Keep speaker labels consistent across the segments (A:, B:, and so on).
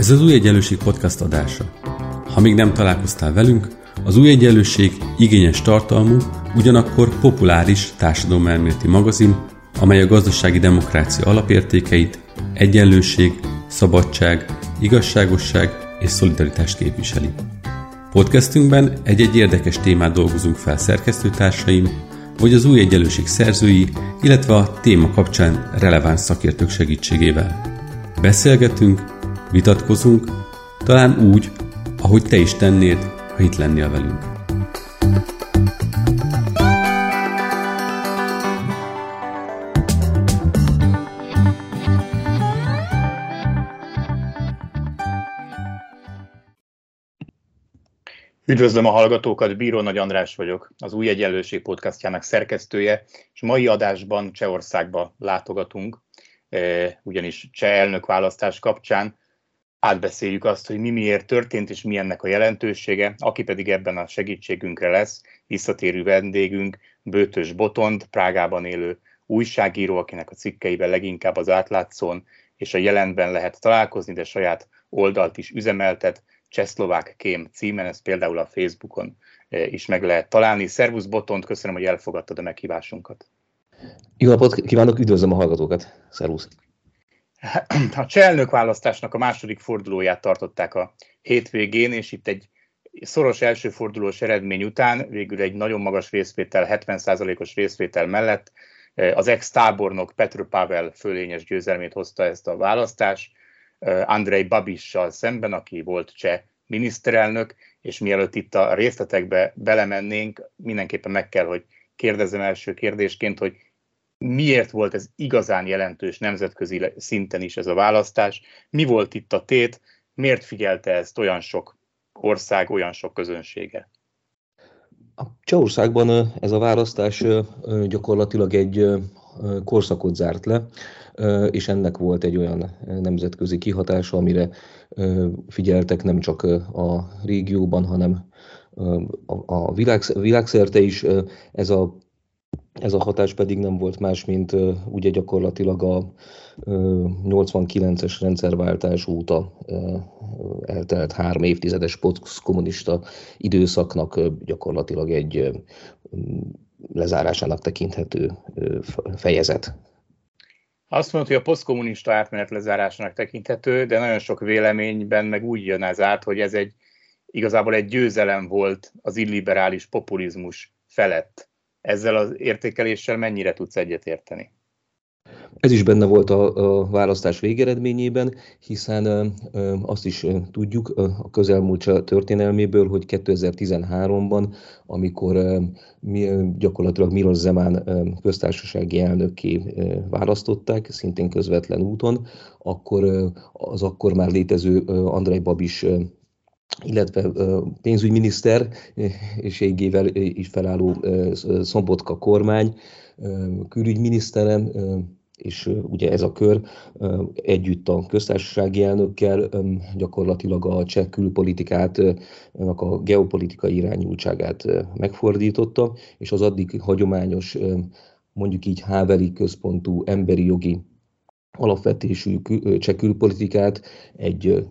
A: Ez az Új Egyenlőség podcast adása. Ha még nem találkoztál velünk, az Új Egyenlőség igényes tartalmú, ugyanakkor populáris társadalomelméleti magazin, amely a gazdasági demokrácia alapértékeit, egyenlőség, szabadság, igazságosság és szolidaritást képviseli. Podcastünkben egy-egy érdekes témát dolgozunk fel szerkesztőtársaim, vagy az Új Egyenlőség szerzői, illetve a téma kapcsán releváns szakértők segítségével. Beszélgetünk, vitatkozunk, talán úgy, ahogy te is tennéd, ha itt lennél velünk.
B: Üdvözlöm a hallgatókat, Bíró Nagy András vagyok, az Új Egyenlőség podcastjának szerkesztője, és mai adásban Csehországba látogatunk, ugyanis cseh elnökválasztás kapcsán átbeszéljük azt, hogy mi miért történt, és mi ennek a jelentősége, aki pedig ebben a segítségünkre lesz, visszatérő vendégünk, Bötös Botond, Prágában élő újságíró, akinek a cikkeiben leginkább az Átlátszón és a Jelentben lehet találkozni, de saját oldalt is üzemeltet, Csehszlovák Kém címen, ezt például a Facebookon is meg lehet találni. Szervusz Botond, köszönöm, hogy elfogadtad a meghívásunkat.
C: Jó napot kívánok, üdvözlöm a hallgatókat. Szervusz!
B: A cseh elnökválasztásnak a második fordulóját tartották a hétvégén, és itt egy szoros elsőfordulós eredmény után, végül egy nagyon magas részvétel, 70%-os részvétel mellett az ex-tábornok Petr Pavel fölényes győzelmét hozta ezt a választást, Andrej Babissal szemben, aki volt cseh miniszterelnök, és mielőtt itt a részletekbe belemennénk, mindenképpen meg kell, hogy kérdezzem első kérdésként, hogy miért volt ez igazán jelentős nemzetközi szinten is ez a választás, mi volt itt a tét, miért figyelte ezt olyan sok ország, olyan sok közönsége?
C: A Csehországban ez a választás gyakorlatilag egy korszakot zárt le, és ennek volt egy olyan nemzetközi kihatása, amire figyeltek nem csak a régióban, hanem a világszerte is. Ez a hatás pedig nem volt más, mint ugye gyakorlatilag a 89-es rendszerváltás óta eltelt 3 évtizedes posztkommunista időszaknak gyakorlatilag egy lezárásának tekinthető fejezet.
B: Azt mondod, hogy a posztkommunista átmenet lezárásának tekinthető, de nagyon sok véleményben meg úgy jön ez át, hogy ez igazából egy győzelem volt az illiberális populizmus felett. Ezzel az értékeléssel mennyire tudsz egyetérteni?
C: Ez is benne volt a választás végeredményében, hiszen azt is tudjuk a közelmúlt történelméből, hogy 2013-ban, amikor gyakorlatilag Miloš Zeman köztársasági elnökké választották, szintén közvetlen úton, akkor az akkor már létező Andrej Babis, illetve pénzügyminiszter és égével is felálló Szobotka kormány külügyminisztere, és ugye ez a kör együtt a köztársasági elnökkel gyakorlatilag a cseh külpolitikának a geopolitikai irányultságát megfordította, és az addig hagyományos, mondjuk így haveli központú emberi jogi alapvetésű cseh külpolitikát egy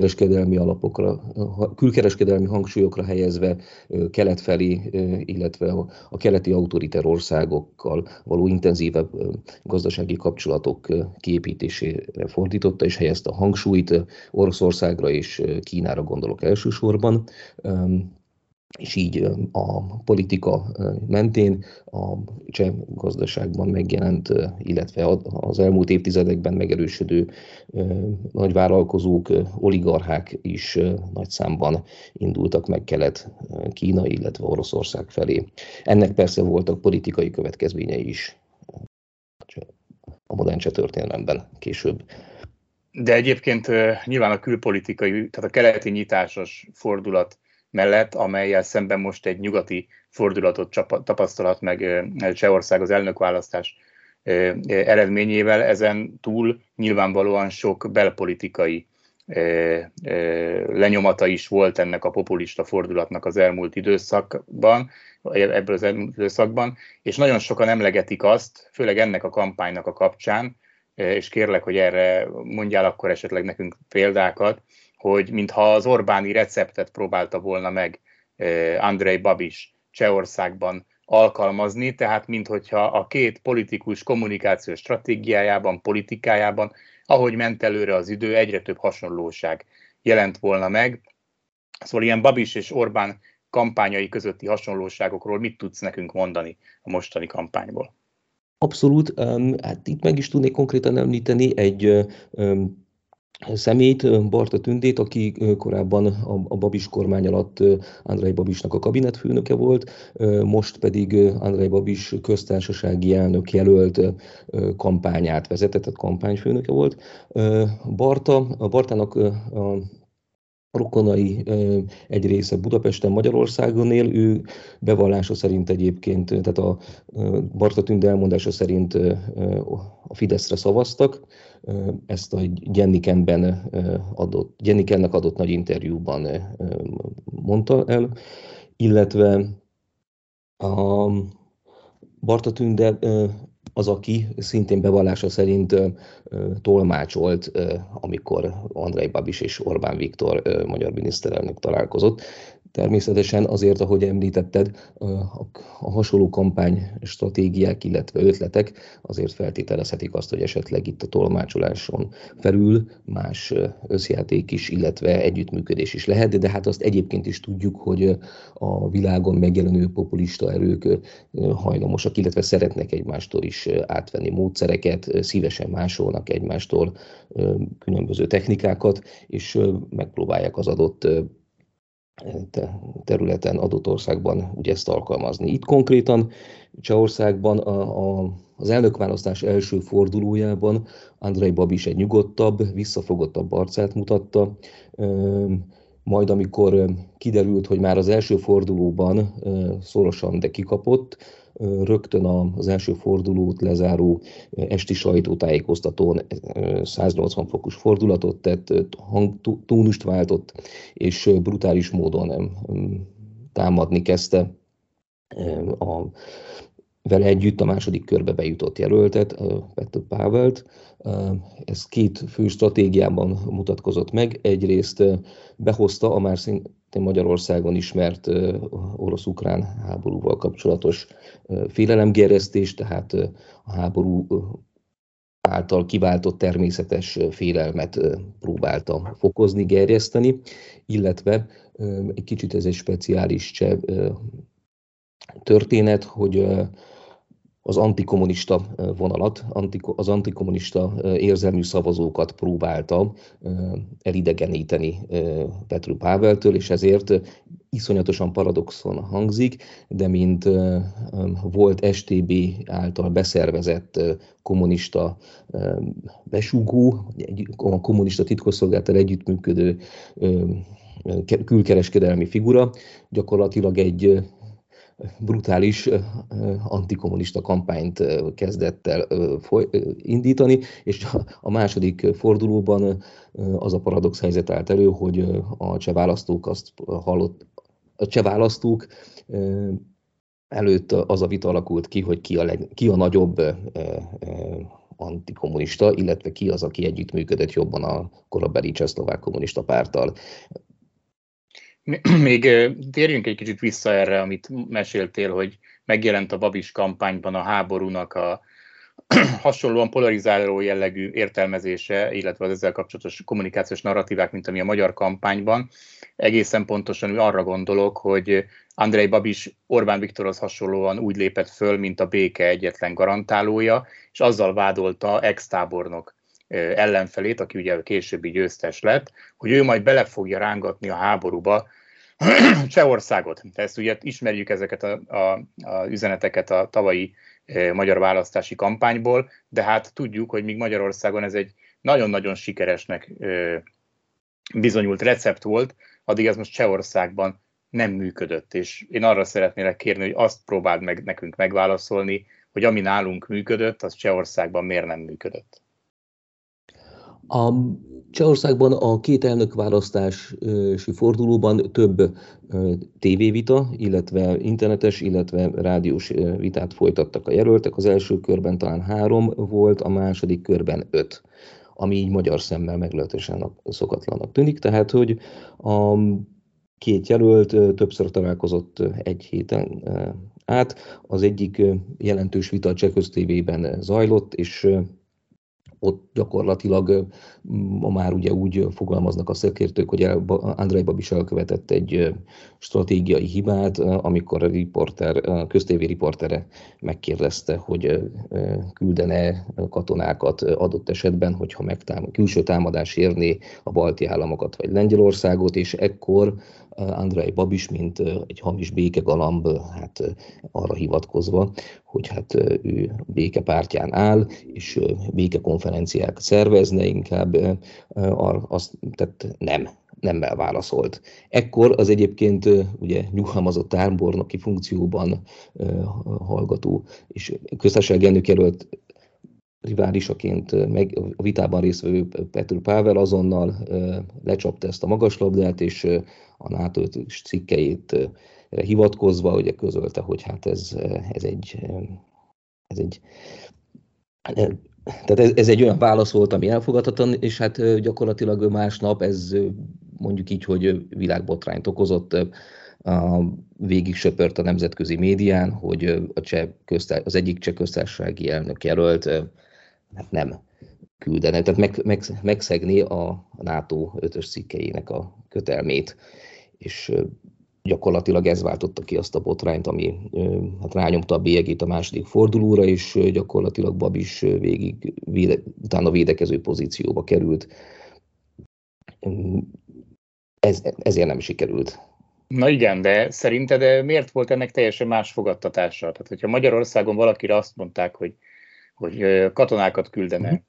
C: külkereskedelmi hangsúlyokra helyezve kelet felé, illetve a keleti autoriter országokkal való intenzívebb gazdasági kapcsolatok kiépítésére fordította, és helyezte a hangsúlyt Oroszországra és Kínára, gondolok elsősorban. És így a politika mentén a cseh gazdaságban megjelent, illetve az elmúlt évtizedekben megerősödő nagyvállalkozók, oligarchák is nagy számban indultak meg Kelet-Kína, illetve Oroszország felé. Ennek persze voltak politikai következményei is a modern cseh történelemben később.
B: De egyébként nyilván a külpolitikai, tehát a keleti nyitásos fordulat mellett, amellyel szemben most egy nyugati fordulatot tapasztalhat meg Csehország az elnökválasztás eredményével, ezen túl nyilvánvalóan sok belpolitikai lenyomata is volt ennek a populista fordulatnak az elmúlt időszakban, és nagyon sokan emlegetik azt, főleg ennek a kampánynak a kapcsán, és kérlek, hogy erre mondjál akkor esetleg nekünk példákat, hogy mintha az Orbáni receptet próbálta volna meg Andrej Babis Csehországban alkalmazni, tehát minthogyha a két politikus kommunikációs stratégiájában, politikájában, ahogy ment előre az idő, egyre több hasonlóság jelent volna meg. Szóval ilyen Babis és Orbán kampányai közötti hasonlóságokról mit tudsz nekünk mondani a mostani kampányból?
C: Abszolút. Hát itt meg is tudnék konkrétan említeni egy személyt, Barta Tündét, aki korábban a Babis kormány alatt Andrej Babisnak a kabinetfőnöke volt, most pedig Andrej Babis köztársasági elnök jelölt kampányát vezetett, tehát kampányfőnöke volt. Bartának a rokonai egy része Budapesten, Magyarországon él, ő bevallása szerint egyébként, tehát a Barta Tünde elmondása szerint a Fideszre szavaztak, ezt a Gyenikennek adott nagy interjúban mondta el, illetve a Barta Tünde az, aki szintén bevallása szerint tolmácsolt, amikor Andrej Babis és Orbán Viktor magyar miniszterelnök találkozott. Természetesen azért, ahogy említetted, a hasonló kampánystratégiák, illetve ötletek azért feltételezhetik azt, hogy esetleg itt a tolmácsoláson felül más összjáték is, illetve együttműködés is lehet, de hát azt egyébként is tudjuk, hogy a világon megjelenő populista erők hajlamosak, illetve szeretnek egymástól is átvenni módszereket, szívesen másolnak egymástól különböző technikákat, és megpróbálják az adott területen, adott országban ugye ezt alkalmazni. Itt konkrétan Csehországban az elnökválasztás első fordulójában Andrej Babis egy nyugodtabb, visszafogottabb arcát mutatta, majd amikor kiderült, hogy már az első fordulóban szorosan, de kikapott, rögtön az első fordulót lezáró esti sajtótájékoztatón 180 fokos fordulatot tett, tónust váltott, és brutális módon támadni kezdte vele együtt a második körbe bejutott jelöltet, Petr Pavelt. Ez két fő stratégiában mutatkozott meg. Egyrészt behozta a már szintén Magyarországon ismert orosz-ukrán háborúval kapcsolatos félelemgerjesztést, tehát a háború által kiváltott természetes félelmet próbálta fokozni, gerjeszteni, illetve egy kicsit ez egy speciális cseh történet, hogy az antikommunista vonalat, az antikommunista érzelmű szavazókat próbálta elidegeníteni Petr Paveltől, és ezért iszonyatosan paradoxon hangzik, de mint volt STB által beszervezett kommunista besugó, a kommunista titkosszolgálattal együttműködő külkereskedelmi figura, gyakorlatilag egy brutális antikommunista kampányt kezdett el indítani, és a második fordulóban az a paradox helyzet állt elő, hogy a cseh választók előtt az a vita alakult ki, hogy ki a nagyobb antikommunista, illetve ki az, aki együttműködött jobban a korabeli csehszlovák kommunista párttal.
B: Még térjünk egy kicsit vissza erre, amit meséltél, hogy megjelent a Babis kampányban a háborúnak a hasonlóan polarizáló jellegű értelmezése, illetve az ezzel kapcsolatos kommunikációs narratívák, mint ami a magyar kampányban. Egészen pontosan arra gondolok, hogy Andrej Babis Orbán Viktorhoz hasonlóan úgy lépett föl, mint a béke egyetlen garantálója, és azzal vádolta ex-tábornok ellenfelét, aki ugye későbbi győztes lett, hogy ő majd bele fogja rángatni a háborúba Csehországot. Ezt ugye ismerjük ezeket az üzeneteket a tavalyi magyar választási kampányból, de hát tudjuk, hogy míg Magyarországon ez egy nagyon-nagyon sikeresnek bizonyult recept volt, addig ez most Csehországban nem működött. És én arra szeretnélek kérni, hogy azt próbáld meg nekünk megválaszolni, hogy ami nálunk működött, az Csehországban miért nem működött.
C: A Csehországban a két elnökválasztási fordulóban több tévévita, illetve internetes, illetve rádiós vitát folytattak a jelöltek. Az első körben talán 3 volt, a második körben 5. ami így magyar szemmel meglehetősen szokatlannak tűnik. Tehát, hogy a két jelölt többször találkozott egy héten át. Az egyik jelentős vita a Cseh Köztévében zajlott, és ott gyakorlatilag ma már ugye úgy fogalmaznak a szakértők, hogy Andrej Babis elkövetett egy stratégiai hibát, amikor a köztévé riportere megkérdezte, hogy küldene katonákat adott esetben, hogyha külső támadás érné a balti államokat vagy Lengyelországot, és ekkor Andrej Babis, mint egy hamis békegalamb, hát arra hivatkozva, hogy hát ő békepártján áll, és békekonferenciákat szervezne, inkább tehát nemmel válaszolt. Ekkor az egyébként ugye nyugalmazott tábornoki funkcióban hallgató és köztársasági elnök jelölt riválisaként meg a vitában résztvevő Petr Pavel azonnal lecsapta ezt a magaslabdát, és a NATO cikkeit hivatkozva ugye közölte, hogy hát ez egy olyan válasz volt, ami elfogadhatatlan, és hát gyakorlatilag másnap ez mondjuk így, hogy világbotrányt okozott, végig söpört a nemzetközi médián, hogy az egyik cseh köztársasági elnök jelölt hát nem küldene, tehát megszegni a NATO 5-ös cikkeinek a kötelmét, és gyakorlatilag ez váltotta ki azt a botrányt, ami hát rányomta a bélyegét a második fordulóra, és gyakorlatilag Babis utána védekező pozícióba került. Ezért nem sikerült.
B: Na igen, de szerinted miért volt ennek teljesen más fogadtatása? Tehát, hogyha Magyarországon valakire azt mondták, hogy katonákat küldene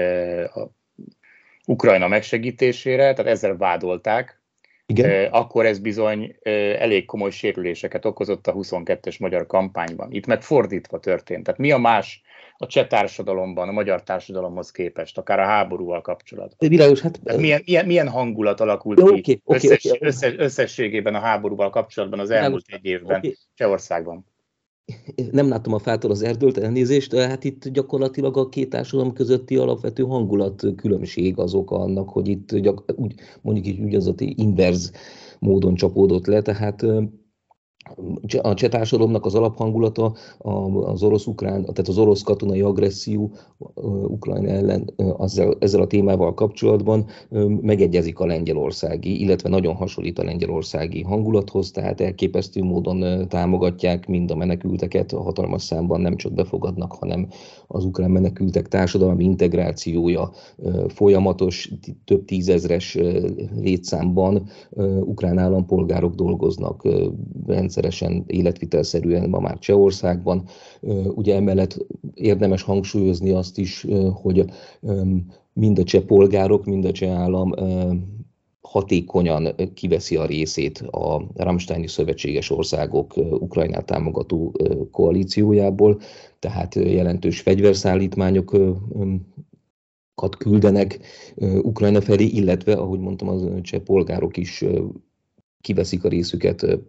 B: Ukrajna megsegítésére, tehát ezzel vádolták, igen. Akkor ez bizony elég komoly sérüléseket okozott a 22-es magyar kampányban. Itt meg fordítva történt. Tehát mi a más a cseh társadalomban, a magyar társadalomhoz képest, akár a háborúval kapcsolatban?
C: Világos, hát...
B: milyen hangulat alakult ki összességében a háborúval kapcsolatban az elmúlt egy évben Csehországban?
C: Nem láttam a fától az erdőt, elnézést, hát itt gyakorlatilag a két társadalom közötti alapvető hangulat különbség az oka annak, hogy itt mondjuk így ugyanazati inverz módon csapódott le, tehát a cseh társadalomnak az alaphangulata az az orosz katonai agresszió Ukrajna ellen ezzel a témával kapcsolatban megegyezik a lengyelországi, illetve nagyon hasonlít a lengyelországi hangulathoz, tehát elképesztő módon támogatják mind a menekülteket, a hatalmas számban nem csak befogadnak, hanem az ukrán menekültek társadalmi integrációja folyamatos, több tízezres létszámban ukrán állampolgárok dolgoznak rendszeresen, életvitelszerűen ma már Csehországban. Ugye emellett érdemes hangsúlyozni azt is, hogy mind a cseh polgárok, mind a cseh állam hatékonyan kiveszi a részét a Rammsteini szövetséges országok Ukrajnát támogató koalíciójából, tehát jelentős fegyverszállítmányokat küldenek Ukrajna felé, illetve, ahogy mondtam, az cseh polgárok is kiveszik a részüket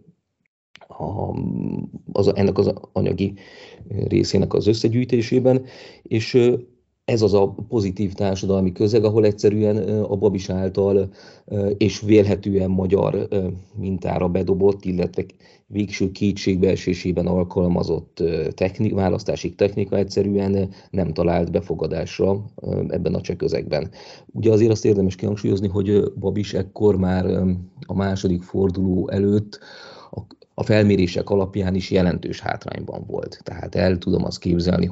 C: ennek az anyagi részének az összegyűjtésében, és ez az a pozitív társadalmi közeg, ahol egyszerűen a Babis által és vélhetően magyar mintára bedobott, illetve végső kétségbeesésében alkalmazott választási technika egyszerűen nem talált befogadásra ebben a cseh közegben. Ugye azért azt érdemes kihangsúlyozni, hogy Babis ekkor már a második forduló előtt a felmérések alapján is jelentős hátrányban volt. Tehát el tudom azt képzelni,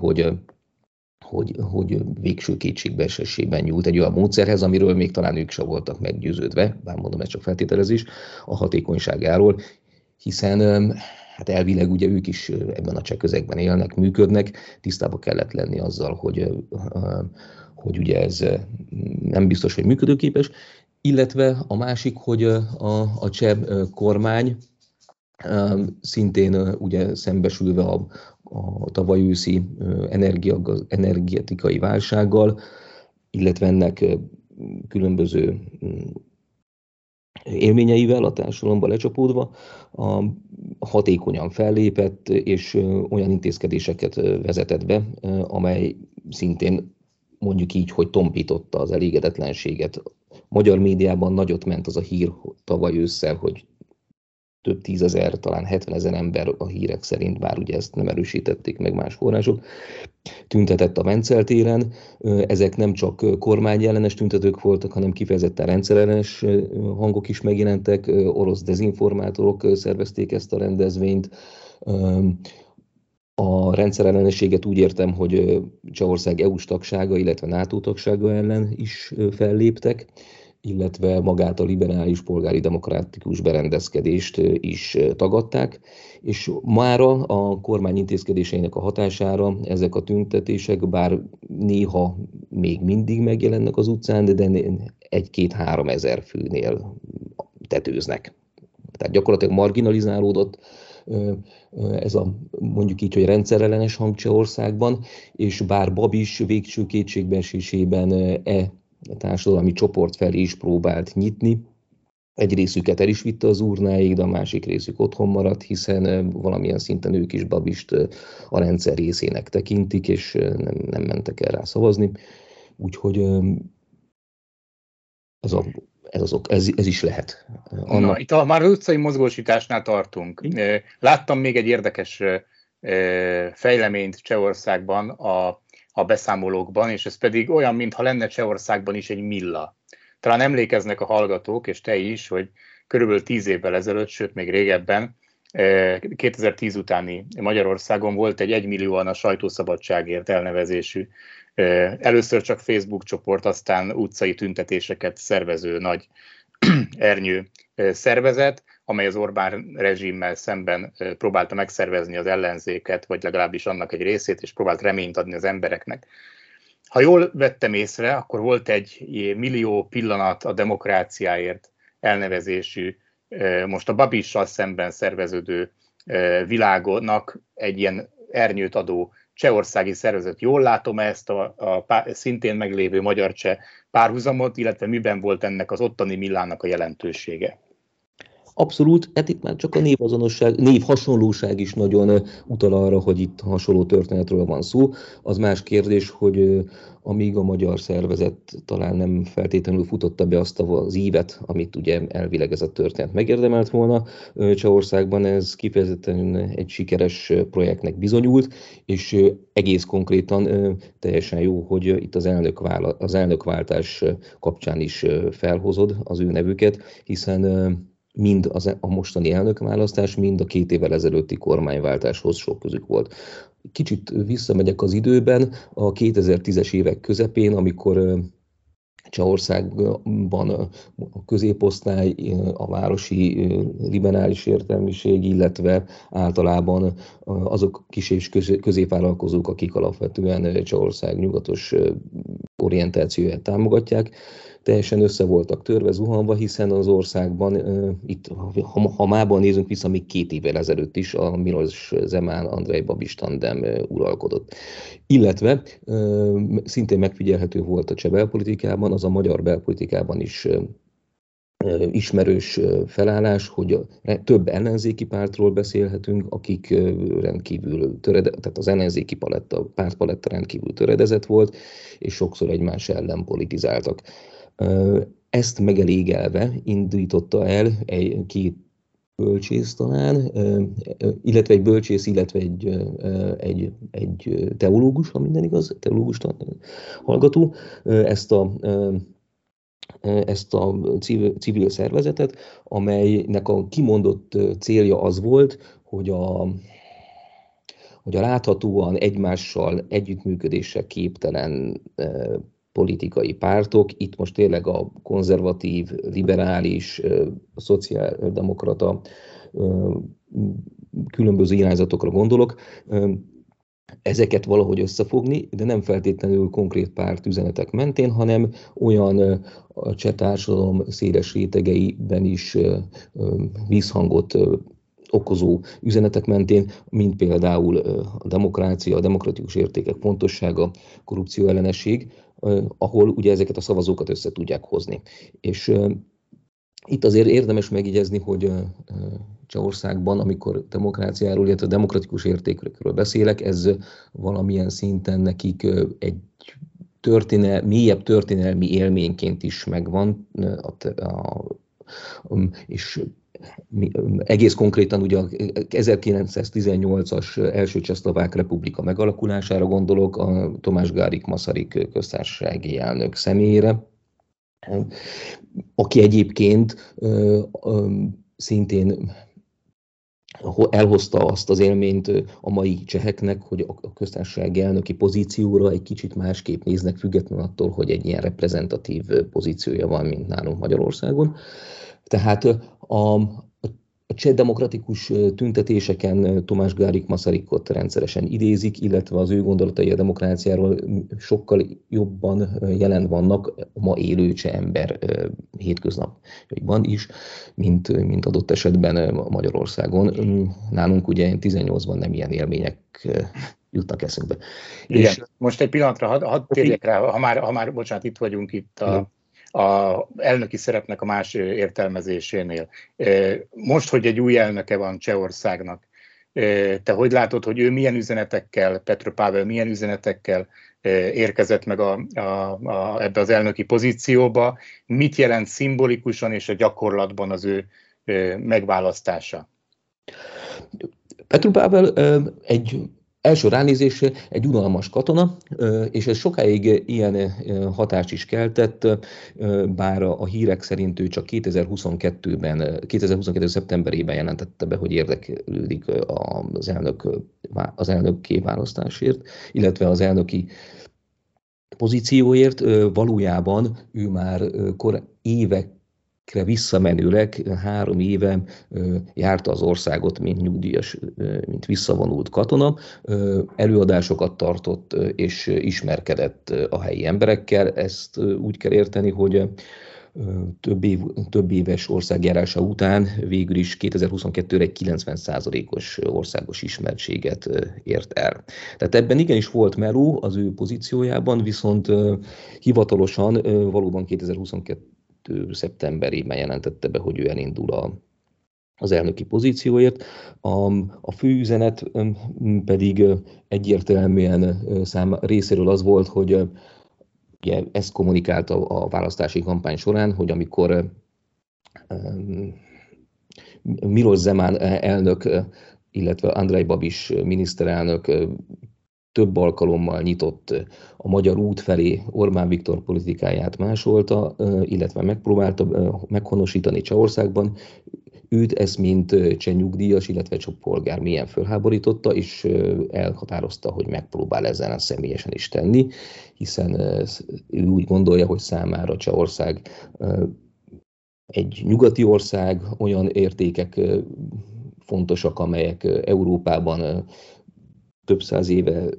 C: hogy végső kétségbeesésében nyúlt egy olyan módszerhez, amiről még talán ők sem voltak meggyőződve, bár mondom, ez csak feltételezés, a hatékonyságáról, hiszen hát elvileg ugye ők is ebben a cseh közegben élnek, működnek, tisztába kellett lenni azzal, hogy ugye ez nem biztos, hogy működőképes, illetve a másik, hogy a cseh kormány szintén ugye szembesülve a tavaly őszi energetikai válsággal, illetve ennek különböző élményeivel a társadalomba lecsapódva hatékonyan fellépett, és olyan intézkedéseket vezetett be, amely szintén mondjuk így, hogy tompította az elégedetlenséget. Magyar médiában nagyot ment az a hír tavaly ősszel, hogy több tízezer, talán 70 000 ember a hírek szerint, bár ugye ezt nem erősítették meg más források, tüntetett a Vencel téren. Ezek nem csak kormányellenes tüntetők voltak, hanem kifejezetten rendszerellenes hangok is megjelentek, orosz dezinformátorok szervezték ezt a rendezvényt. A rendszerellenességet úgy értem, hogy Csehország EU-s tagsága, illetve NATO tagsága ellen is felléptek, illetve magát a liberális polgári demokratikus berendezkedést is tagadták, és mára a kormány intézkedéseinek a hatására ezek a tüntetések, bár néha még mindig megjelennek az utcán, de 1-2-3 ezer főnél tetőznek. Tehát gyakorlatilag marginalizálódott ez a mondjuk így, hogy rendszerellenes hang Csehországban, és bár Babis végső kétségbeesésében társadalmi csoport felé is próbált nyitni. Egy részüket el is vitte az urnáig, de a másik részük otthon maradt, hiszen valamilyen szinten ők is Babist a rendszer részének tekintik, és nem mentek el rá szavazni. Úgyhogy ez is lehet.
B: Itt már az utcai mozgósításnál tartunk. Láttam még egy érdekes fejleményt Csehországban a beszámolókban, és ez pedig olyan, mintha lenne Csehországban is egy Milla. Talán emlékeznek a hallgatók, és te is, hogy körülbelül 10 évvel ezelőtt, sőt még régebben, 2010 utáni Magyarországon volt egy 1 millióan a sajtószabadságért elnevezésű, először csak Facebook csoport, aztán utcai tüntetéseket szervező nagy ernyő szervezet, amely az Orbán rezsimmel szemben próbálta megszervezni az ellenzéket, vagy legalábbis annak egy részét, és próbált reményt adni az embereknek. Ha jól vettem észre, akkor volt egy millió pillanat a demokráciáért elnevezésű, most a Babissal szemben szerveződő világnak egy ilyen ernyőt adó csehországi szervezet. Jól látom ezt a szintén meglévő magyar-cseh párhuzamot, illetve miben volt ennek az ottani Millának a jelentősége?
C: Abszolút, hát itt már csak a névhasonlóság is nagyon utal arra, hogy itt hasonló történetről van szó. Az más kérdés, hogy amíg a magyar szervezet talán nem feltétlenül futotta be azt az ívet, amit ugye elvileg ez a történet megérdemelt volna Csehországban, ez kifejezetten egy sikeres projektnek bizonyult, és egész konkrétan teljesen jó, hogy itt az elnökváltás kapcsán is felhozod az ő nevüket, hiszen mind a mostani elnökválasztás, mind a 2 évvel ezelőtti kormányváltáshoz sok közük volt. Kicsit visszamegyek az időben, a 2010-es évek közepén, amikor Csehországban a középosztály, a városi liberális értelmiség, illetve általában azok kis és középvállalkozók, akik alapvetően Csehország nyugatos orientációját támogatják, teljesen össze voltak törve, zuhanva, hiszen az országban, itt ha mában nézünk vissza, még 2 évvel ezelőtt is a Miloš Zeman, Andrej Babis tandem uralkodott. Illetve szintén megfigyelhető volt a cseh belpolitikában, az a magyar belpolitikában is ismerős felállás, hogy több ellenzéki pártról beszélhetünk, akik rendkívül tehát az ellenzéki pártpaletta rendkívül töredezett volt, és sokszor egymás ellen politizáltak. Ezt megelégelve indította el két bölcsész talán, illetve egy bölcsész, illetve egy teológus, ha minden igaz, teológus hallgató, ezt a civil szervezetet, amelynek a kimondott célja az volt, hogy a láthatóan egymással együttműködésre képtelen politikai pártok, itt most tényleg a konzervatív, liberális, szociáldemokrata különböző irányzatokra gondolok, ezeket valahogy összefogni, de nem feltétlenül konkrét párt üzenetek mentén, hanem olyan a cseh társadalom széles rétegeiben is vízhangot okozó üzenetek mentén, mint például a demokrácia, a demokratikus értékek fontossága, korrupció ellenesség, ahol ugye ezeket a szavazókat össze tudják hozni. És itt azért érdemes megjegyezni, hogy Csehországban, amikor demokráciáról, illetve demokratikus értékekről beszélek, ez valamilyen szinten nekik egy mélyebb történelmi élményként is megvan, és egész konkrétan ugye a 1918-as első Csehszlovák republika megalakulására gondolok, a Tomás Gárik Masaryk köztársasági elnök személyére, aki egyébként szintén elhozta azt az élményt a mai cseheknek, hogy a köztársasági elnöki pozícióra egy kicsit másképp néznek, függetlenül attól, hogy egy ilyen reprezentatív pozíciója van, mint nálunk Magyarországon. Tehát a cseh demokratikus tüntetéseken Tomás Gárik Masarykot rendszeresen idézik, illetve az ő gondolatai a demokráciáról sokkal jobban jelen vannak a ma élő cseh ember hétköznapjaiban is, mint adott esetben Magyarországon. Nálunk ugye 18-ban nem ilyen élmények jutnak eszünkbe.
B: Igen, és most egy pillanatra hadd térjek rá, ha már bocsánat, itt vagyunk itt a elnöki szerepnek a más értelmezésénél. Most, hogy egy új elnöke van Csehországnak, te hogy látod, hogy ő milyen üzenetekkel, Petr Pavel milyen üzenetekkel érkezett meg ebbe az elnöki pozícióba, mit jelent szimbolikusan és a gyakorlatban az ő megválasztása?
C: Petr Pavel egy első ránézésre egy unalmas katona, és ez sokáig ilyen hatást is keltett, bár a hírek szerint ő csak 2022 szeptemberében jelentette be, hogy érdeklődik az elnökké választásért, illetve az elnöki pozícióért. Valójában ő már évekre visszamenőleg 3 éve járta az országot, mint nyugdíjas, mint visszavonult katona, előadásokat tartott és ismerkedett a helyi emberekkel. Ezt úgy kell érteni, hogy több éves országjárása után végül is 2022-re egy 90%-os országos ismertséget ért el. Tehát ebben igenis volt meló az ő pozíciójában, viszont hivatalosan valóban 2022 szeptemberében jelentette be, hogy ő elindul az elnöki pozícióért. A fő üzenet pedig egyértelműen részéről az volt, hogy ugye ezt kommunikálta a választási kampány során, hogy amikor Miloš Zeman elnök, illetve Andrej Babiš miniszterelnök több alkalommal nyitott a magyar út felé, Orbán Viktor politikáját másolta, illetve megpróbálta meghonosítani Csehországban. Őt ez mint cseh nyugdíjas, illetve cseh polgár mélyen fölháborította, és elhatározta, hogy megpróbál ezzel személyesen is tenni, hiszen ő úgy gondolja, hogy számára Csehország egy nyugati ország, olyan értékek fontosak, amelyek Európában több száz éve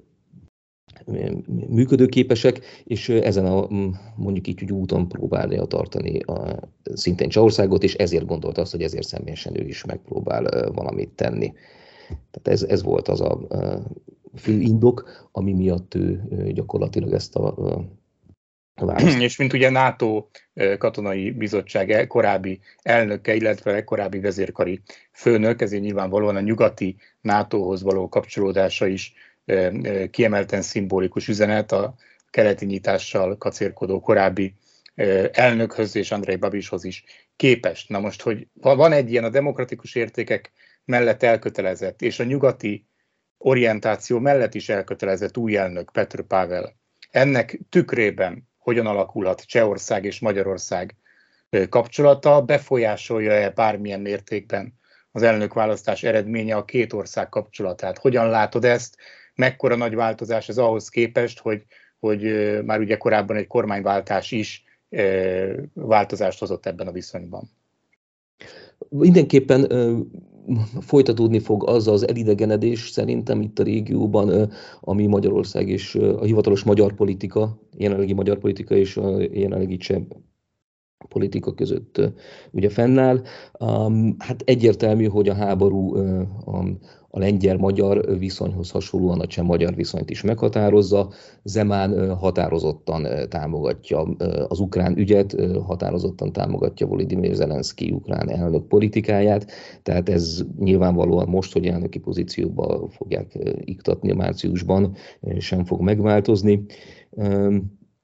C: működőképesek, és ezen mondjuk így úton próbálja tartani szintén Csehországot, és ezért gondolta azt, hogy ezért személyesen ő is megpróbál valamit tenni. Tehát ez volt az a fő indok, ami miatt ő gyakorlatilag ezt a választ.
B: És mint ugye NATO katonai bizottság korábbi elnöke, illetve korábbi vezérkari főnök, ezért nyilvánvalóan a nyugati NATO-hoz való kapcsolódása is kiemelten szimbolikus üzenet a keleti nyitással kacérkodó korábbi elnökhöz és Andrej Babišhoz is képest. Na most, hogy van egy ilyen a demokratikus értékek mellett elkötelezett, és a nyugati orientáció mellett is elkötelezett új elnök, Petr Pavel, ennek tükrében hogyan alakulhat Csehország és Magyarország kapcsolata, befolyásolja-e bármilyen mértékben az elnökválasztás eredménye a két ország kapcsolatát? Hogyan látod ezt? Mekkora nagy változás ez ahhoz képest, hogy már ugye korábban egy kormányváltás is változást hozott ebben a viszonyban?
C: Mindenképpen folytatódni fog az elidegenedés szerintem itt a régióban, ami Magyarország és a hivatalos magyar politika, jelenlegi magyar politika és a jelenlegi cseh politika között ugye fennáll. Hát egyértelmű, hogy a háború a lengyel-magyar viszonyhoz hasonlóan a cseh-magyar viszonyt is meghatározza. Zeman határozottan támogatja az ukrán ügyet, határozottan támogatja Volodymyr Zelenszky ukrán elnök politikáját, tehát ez nyilvánvalóan most, hogy elnöki pozícióba fogják iktatni a márciusban, sem fog megváltozni.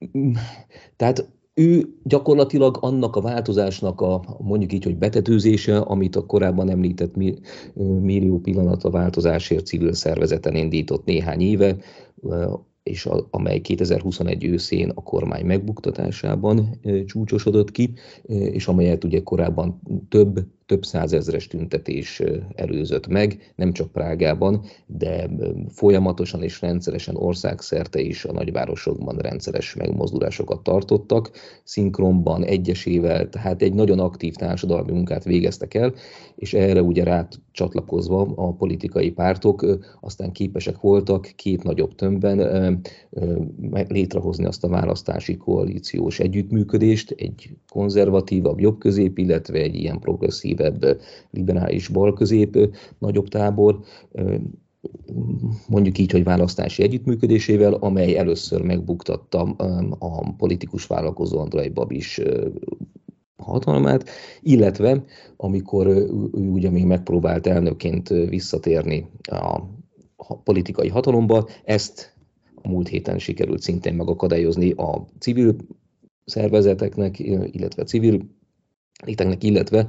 C: Tehát ő gyakorlatilag annak a változásnak a mondjuk így, hogy betetőzése, amit a korábban említett millió pillanat a változásért civil szervezeten indított néhány éve, és amely 2021 őszén a kormány megbuktatásában csúcsosodott ki, és amelyet ugye korábban több százezres tüntetés előzött meg, nem csak Prágában, de folyamatosan és rendszeresen országszerte is a nagyvárosokban rendszeres megmozdulásokat tartottak, szinkronban, egyesével, tehát egy nagyon aktív társadalmi munkát végeztek el, és erre ugye rácsatlakozva a politikai pártok aztán képesek voltak két nagyobb tömbben létrehozni azt a választási koalíciós együttműködést, egy konzervatívabb jobbközép, illetve egy ilyen progresszívebb liberális balközép nagyobb tábor, mondjuk így, hogy választási együttműködésével, amely először megbuktatta a politikus vállalkozó Andrej Babis hatalmát, illetve amikor ő ugye még megpróbált elnökként visszatérni a politikai hatalomba, ezt a múlt héten sikerült szintén megakadályozni a civil szervezeteknek, illetve civil léteknek, illetve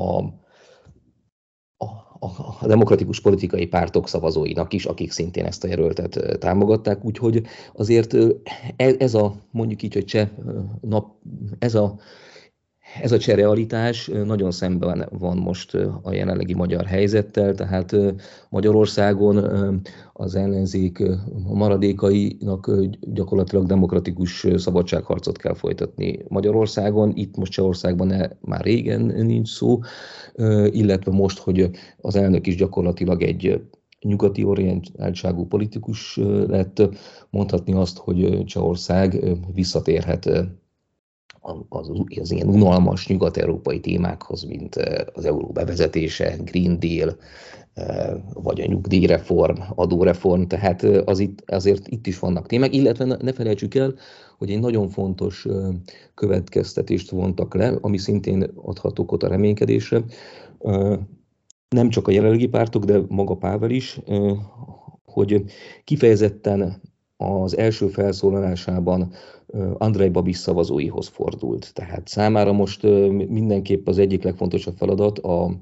C: a demokratikus politikai pártok szavazóinak is, akik szintén ezt a jelöltet támogatták. Úgyhogy azért ez a, mondjuk így, hogy ez a cserealitás nagyon szemben van most a jelenlegi magyar helyzettel, tehát Magyarországon az ellenzék maradékainak gyakorlatilag demokratikus szabadságharcot kell folytatni Magyarországon. Itt most Csehországban már régen nincs szó, illetve most, hogy az elnök is gyakorlatilag egy nyugati orientáltságú politikus lett, mondhatni azt, hogy Csehország visszatérhet az ilyen unalmas nyugat-európai témákhoz, mint az euró bevezetése, Green Deal, vagy a nyugdíjreform, adóreform, tehát azért itt is vannak témák, illetve ne felejtsük el, hogy egy nagyon fontos következtetést vontak le, ami szintén adhat okot a reménykedésre, nem csak a jelenlegi pártok, de maga Pável is, hogy kifejezetten az első felszólalásában Andrej Babis szavazóihoz fordult. Tehát számára most mindenképp az egyik legfontosabb feladat a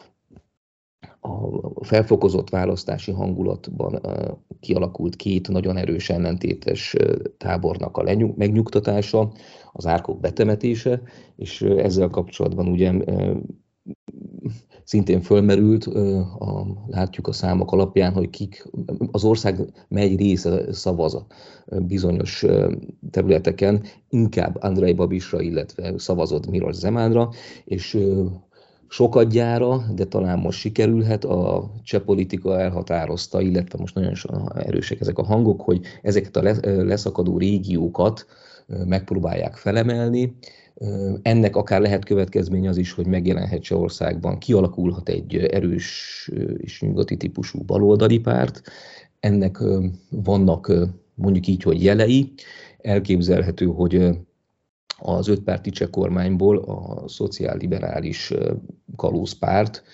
C: felfokozott választási hangulatban kialakult két nagyon erős ellentétes tábornak a megnyugtatása, az árkok betemetése, és ezzel kapcsolatban ugye szintén fölmerült, látjuk a számok alapján, hogy az ország mely része szavaz bizonyos területeken, inkább Andrej Babisra, illetve szavazott Miloš Zemánra, és sokadjára, de talán most sikerülhet, a cseh politika elhatározta, illetve most nagyon erősek ezek a hangok, hogy ezeket a leszakadó régiókat megpróbálják felemelni. Ennek akár lehet következménye az is, hogy megjelenhet Csehországban, kialakulhat egy erős és nyugati típusú baloldali párt. Ennek vannak mondjuk így, hogy jelei. Elképzelhető, hogy az ötpárti cseh kormányból a szociálliberális kalózpárt,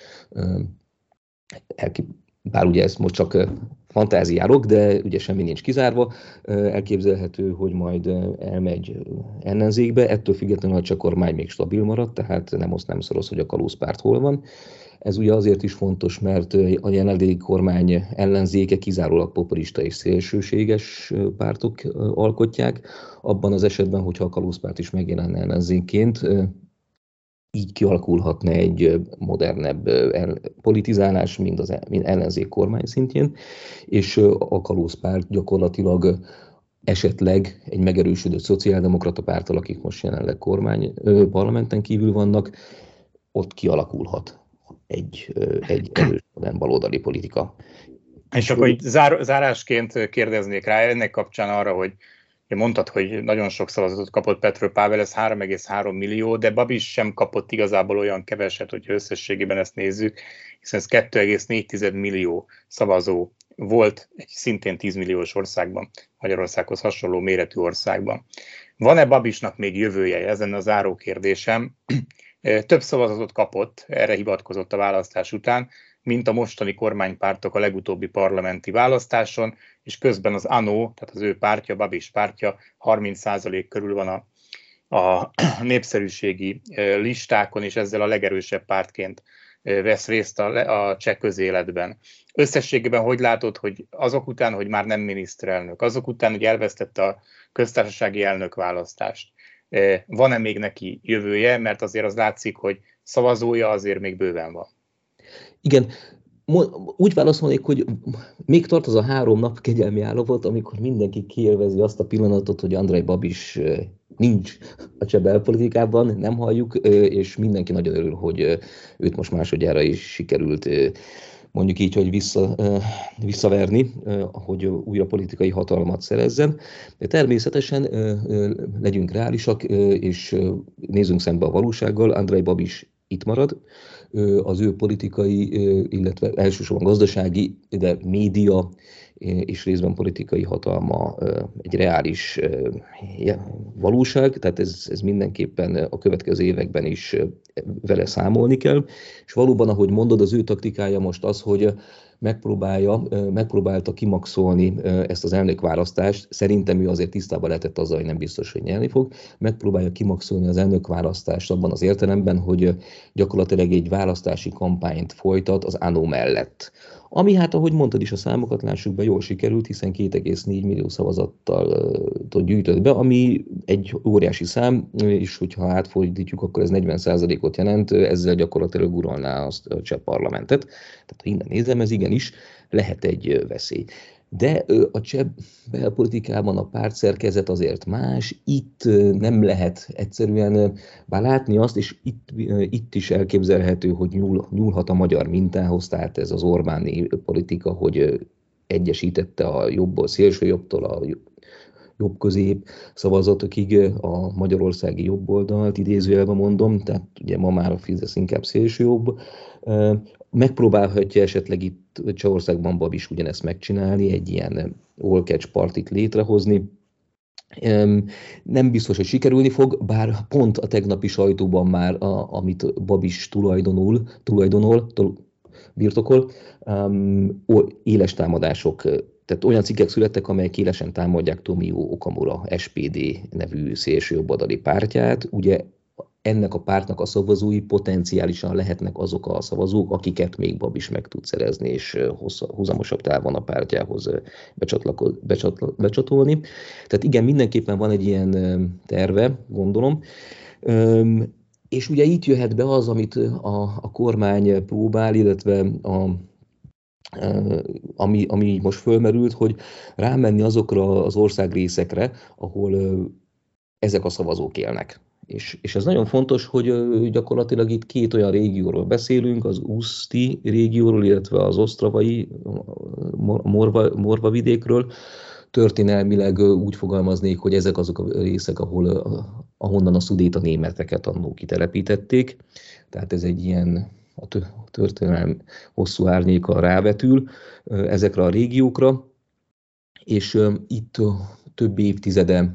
C: bár ugye ezt most csak fantáziálok, de ugye semmi nincs kizárva, elképzelhető, hogy majd elmegy ellenzékbe, ettől függetlenül a cseh kormány még stabil maradt, tehát nem szoros, hogy a kalózpárt hol van. Ez ugye azért is fontos, mert a jelenlegi kormány ellenzéke kizárólag populista és szélsőséges pártok alkotják. Abban az esetben, hogyha a kalózpárt is megjelenne ellenzékként, így kialakulhatna egy modernebb politizálás, mind ellenzék kormány szintjén, és a kalózpárt gyakorlatilag esetleg egy megerősödött szociáldemokrata párttal, akik most jelenleg parlamenten kívül vannak, ott kialakulhat egy erős modern baloldali politika.
B: És akkor így zárásként kérdeznék rá ennek kapcsán arra, hogy mondtad, hogy nagyon sok szavazatot kapott Petro Pável, ez 3,3 millió, de Babis sem kapott igazából olyan keveset, hogyha összességében ezt nézzük, hiszen ez 2,4 millió szavazó volt egy szintén 10 milliós országban, Magyarországhoz hasonló méretű országban. Van-e Babisnak még jövője? Ez lenne a záró kérdésem. Több szavazatot kapott, erre hivatkozott a választás után, mint a mostani kormánypártok a legutóbbi parlamenti választáson, és közben az ANO, tehát az ő pártja, Babis pártja 30% körül van a népszerűségi listákon, és ezzel a legerősebb pártként vesz részt a cseh közéletben. Összességében hogy látod, hogy azok után, hogy már nem miniszterelnök, azok után, hogy elvesztette a köztársasági elnökválasztást, van-e még neki jövője, mert azért az látszik, hogy szavazója azért még bőven van.
C: Igen, úgy válaszolnék, hogy még tart az a 3 nap kegyelmi állapot, amikor mindenki kiélvezi azt a pillanatot, hogy Andrej Babis nincs a cseh belpolitikában, nem halljuk, és mindenki nagyon örül, hogy őt most másodjára is sikerült mondjuk így, hogy visszaverni, hogy újra politikai hatalmat szerezzen. De természetesen legyünk reálisak, és nézzünk szembe a valósággal, Andrej Babis itt marad, az ő politikai, illetve elsősorban gazdasági, de média és részben politikai hatalma egy reális valóság, tehát ez mindenképpen a következő években is vele számolni kell, és valóban, ahogy mondod, az ő taktikája most az, hogy megpróbálta kimaxolni ezt az elnökválasztást. Szerintem ő azért tisztában lehetett azzal, hogy nem biztos, hogy nyerni fog. Megpróbálja kimaxolni az elnökválasztást abban az értelemben, hogy gyakorlatilag egy választási kampányt folytat az ANO mellett. Ami hát, ahogy mondtad is, a számokat lássuk be, jól sikerült, hiszen 2,4 millió szavazattal gyűjtött be, ami egy óriási szám, és hogyha átfordítjuk, akkor ez 40%-ot jelent, ezzel gyakorlatilag uralná azt a cseh parlamentet. Tehát ha innen nézem, ez igenis lehet egy veszély. De a cseh belpolitikában a pártszerkezet azért más, itt nem lehet egyszerűen látni azt, és itt is elképzelhető, hogy nyúlhat a magyar mintához, tehát ez az Orbáni politika, hogy egyesítette a jobbból, szélsőjobbtól a jobb-közép szavazatokig a magyarországi jobboldalt, idézőjelben mondom, tehát ugye ma már a Fidesz inkább szélsőjobb. Megpróbálhatja esetleg itt Csehországban Babis ugyanezt megcsinálni, egy ilyen all-catch partit létrehozni. Nem biztos, hogy sikerülni fog, bár pont a tegnapi sajtóban már, amit Babis birtokol, éles támadások, tehát olyan cikkek születtek, amelyek élesen támadják Tomio Okamura SPD nevű szélsőjobboldali pártját. Ugye ennek a pártnak a szavazói potenciálisan lehetnek azok a szavazók, akiket még Babis meg tud szerezni, és húzamosabb távon a pártjához becsatolni. Tehát igen, mindenképpen van egy ilyen terve, gondolom. És ugye itt jöhet be az, amit a kormány próbál, illetve ami most fölmerült, hogy rámenni azokra az országrészekre, ahol ezek a szavazók élnek. És ez nagyon fontos, hogy gyakorlatilag itt 2 olyan régióról beszélünk, az Uszti régióról, illetve az osztravai Morva vidékről. Történelmileg úgy fogalmaznék, hogy ezek azok a részek, ahonnan a szudéta németeket annó kitelepítették. Tehát ez egy ilyen a történelem hosszú árnyéka rávetül ezekre a régiókra, és itt több évtizede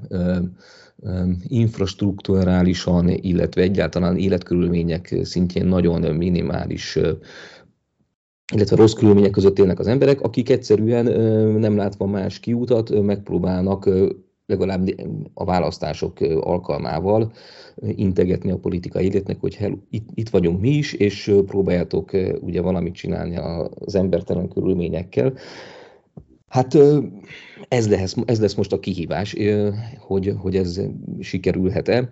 C: infrastrukturálisan, illetve egyáltalán életkörülmények szintjén nagyon minimális, illetve rossz körülmények között élnek az emberek, akik egyszerűen nem látva más kiútat megpróbálnak legalább a választások alkalmával integetni a politikai életnek, hogy itt vagyunk mi is, és próbáljátok ugye valamit csinálni az embertelen körülményekkel. Hát ez lesz most a kihívás, hogy ez sikerülhet-e.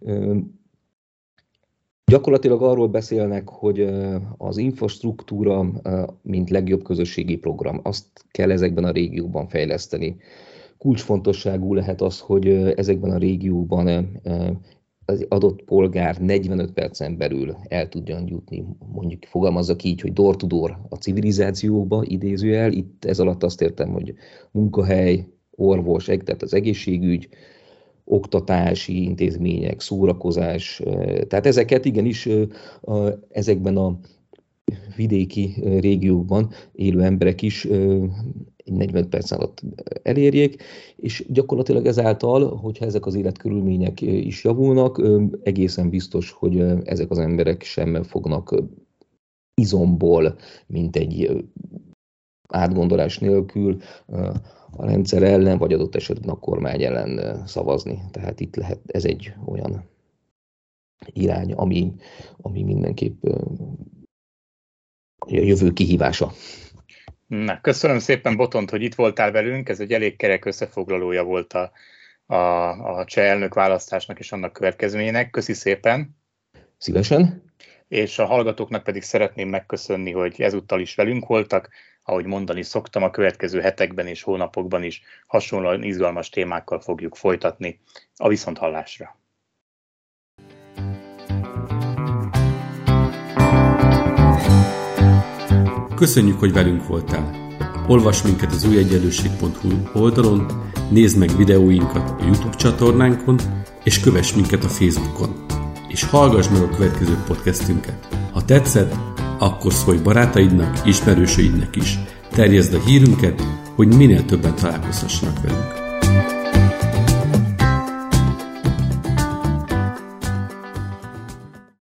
C: Gyakorlatilag arról beszélnek, hogy az infrastruktúra, mint legjobb közösségi program, azt kell ezekben a régiókban fejleszteni. Kulcsfontosságú lehet az, hogy ezekben a régióban az adott polgár 45 percen belül el tudjon jutni, mondjuk fogalmazzak így, hogy door to door a civilizációba, idézőjel. Itt ez alatt azt értem, hogy munkahely, orvos, tehát az egészségügy, oktatási intézmények, szórakozás. Tehát ezeket igenis ezekben a vidéki régiókban élő emberek is 45 perc alatt elérjék, és gyakorlatilag ezáltal, hogyha ezek az életkörülmények is javulnak, egészen biztos, hogy ezek az emberek sem fognak izomból, mint egy átgondolás nélkül a rendszer ellen, vagy adott esetben a kormány ellen szavazni. Tehát itt lehet, ez egy olyan irány, ami mindenképp a jövő kihívása.
B: Na, köszönöm szépen, Botont, hogy itt voltál velünk. Ez egy elég kerek összefoglalója volt a cseh elnökválasztásnak és annak következményének. Köszi szépen.
C: Szívesen.
B: És a hallgatóknak pedig szeretném megköszönni, hogy ezúttal is velünk voltak. Ahogy mondani szoktam, a következő hetekben és hónapokban is hasonlóan izgalmas témákkal fogjuk folytatni. A viszonthallásra!
A: Köszönjük, hogy velünk voltál! Olvasd minket az újegyenlőség.hu oldalon, nézd meg videóinkat a YouTube csatornánkon, és kövess minket a Facebookon. És hallgass meg a következő podcastünket. Ha tetszett, akkor szólj barátaidnak, ismerősöidnek is. Terjeszd a hírünket, hogy minél többen találkozhassanak velünk.